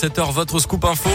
7h, votre scoop info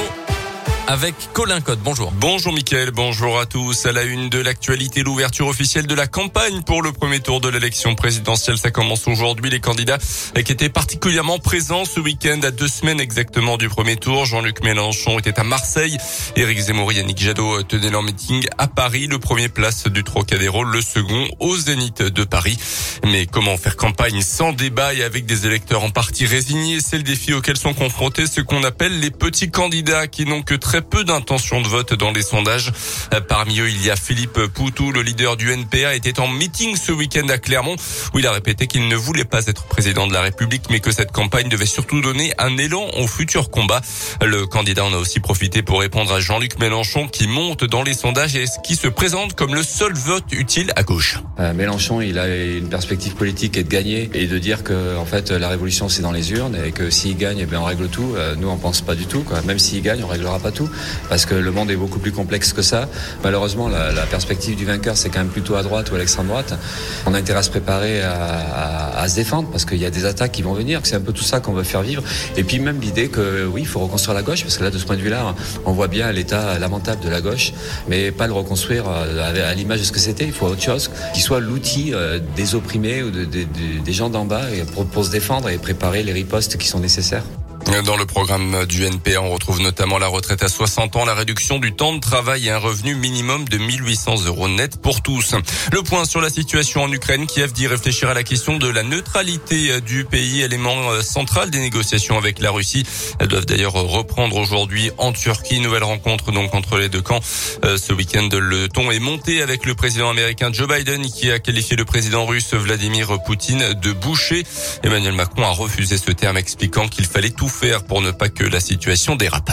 avec Colin Cotte. Bonjour. Bonjour Mickaël, bonjour à tous. À la une de l'actualité, l'ouverture officielle de la campagne pour le premier tour de l'élection présidentielle. Ça commence aujourd'hui. Les candidats qui étaient particulièrement présents ce week-end, à 2 semaines exactement du premier tour. Jean-Luc Mélenchon était à Marseille. Éric Zemmour et Yannick Jadot tenaient leur meeting à Paris. Le premier place du Trocadéro, le second au Zénith de Paris. Mais comment faire campagne sans débat et avec des électeurs en partie résignés? C'est le défi auquel sont confrontés ceux qu'on appelle les petits candidats qui n'ont que très peu d'intention de vote dans les sondages. Parmi eux, il y a Philippe Poutou, le leader du NPA, était en meeting ce week-end à Clermont où il a répété qu'il ne voulait pas être président de la République mais que cette campagne devait surtout donner un élan au futur combat. Le candidat en a aussi profité pour répondre à Jean-Luc Mélenchon qui monte dans les sondages et qui se présente comme le seul vote utile à gauche. Mélenchon, il a une perspective politique et de gagner et de dire que en fait la révolution c'est dans les urnes et que s'il gagne, eh bien on règle tout. Nous on pense pas du tout, quoi. Même s'il gagne, on réglera pas tout. Parce que le monde est beaucoup plus complexe que ça. Malheureusement, la perspective du vainqueur, c'est quand même plutôt à droite ou à l'extrême droite. On a intérêt à se préparer à se défendre parce qu'il y a des attaques qui vont venir. C'est un peu tout ça qu'on veut faire vivre. Et puis même l'idée que oui, il faut reconstruire la gauche parce que là, de ce point de vue-là, on voit bien l'état lamentable de la gauche, mais pas le reconstruire à l'image de ce que c'était. Il faut autre chose qui soit l'outil des opprimés ou des gens d'en bas pour se défendre et préparer les ripostes qui sont nécessaires. Dans le programme du NPA, on retrouve notamment la retraite à 60 ans, la réduction du temps de travail et un revenu minimum de 1 800 € net pour tous. Le point sur la situation en Ukraine, Kiev dit réfléchir à la question de la neutralité du pays, élément central des négociations avec la Russie. Elles doivent d'ailleurs reprendre aujourd'hui en Turquie. Nouvelle rencontre donc entre les deux camps. Ce week-end, le ton est monté avec le président américain Joe Biden qui a qualifié le président russe Vladimir Poutine de boucher. Emmanuel Macron a refusé ce terme, expliquant qu'il fallait tout faire pour ne pas que la situation dérape.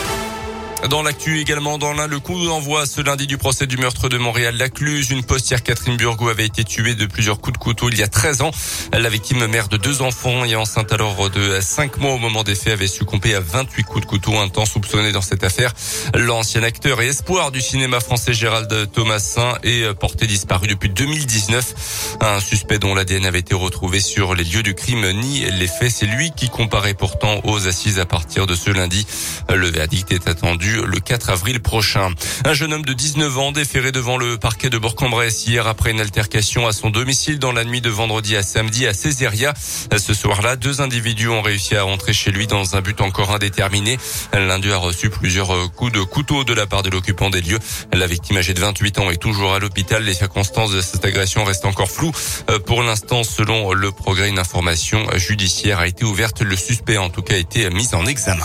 Dans l'actu également, dans l'Ain, le coup d'envoi ce lundi du procès du meurtre de Montréal-Lacluse. Une postière, Catherine Burgot, avait été tuée de plusieurs coups de couteau il y a 13 ans. La victime, mère de 2 enfants et enceinte alors de 5 mois au moment des faits, avait succombé à 28 coups de couteau, un temps soupçonné dans cette affaire. L'ancien acteur et espoir du cinéma français Gérald Thomasin est porté disparu depuis 2019. Un suspect dont l'ADN avait été retrouvé sur les lieux du crime nie les faits. C'est lui qui comparaît pourtant aux assises à partir de ce lundi. Le verdict est attendu le 4 avril prochain. Un jeune homme de 19 ans déféré devant le parquet de Bourg-en-Bresse hier après une altercation à son domicile dans la nuit de vendredi à samedi à Césaria. Ce soir-là, 2 individus ont réussi à rentrer chez lui dans un but encore indéterminé. L'un d'eux a reçu plusieurs coups de couteau de la part de l'occupant des lieux. La victime âgée de 28 ans est toujours à l'hôpital. Les circonstances de cette agression restent encore floues. Pour l'instant, selon le Progrès, une information judiciaire a été ouverte. Le suspect, en tout cas, a été mis en examen.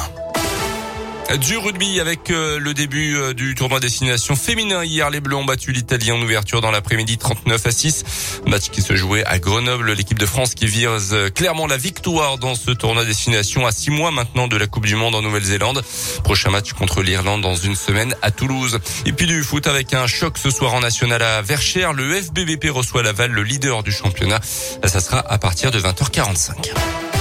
Du rugby avec le début du tournoi destination féminin. Hier, les Bleus ont battu l'Italie en ouverture dans l'après-midi 39-6. Match qui se jouait à Grenoble. L'équipe de France qui vise clairement la victoire dans ce tournoi destination à 6 mois maintenant de la Coupe du Monde en Nouvelle-Zélande. Prochain match contre l'Irlande dans une semaine à Toulouse. Et puis du foot avec un choc ce soir en national à Verchères. Le FBVP reçoit Laval, le leader du championnat. Ça sera à partir de 20h45.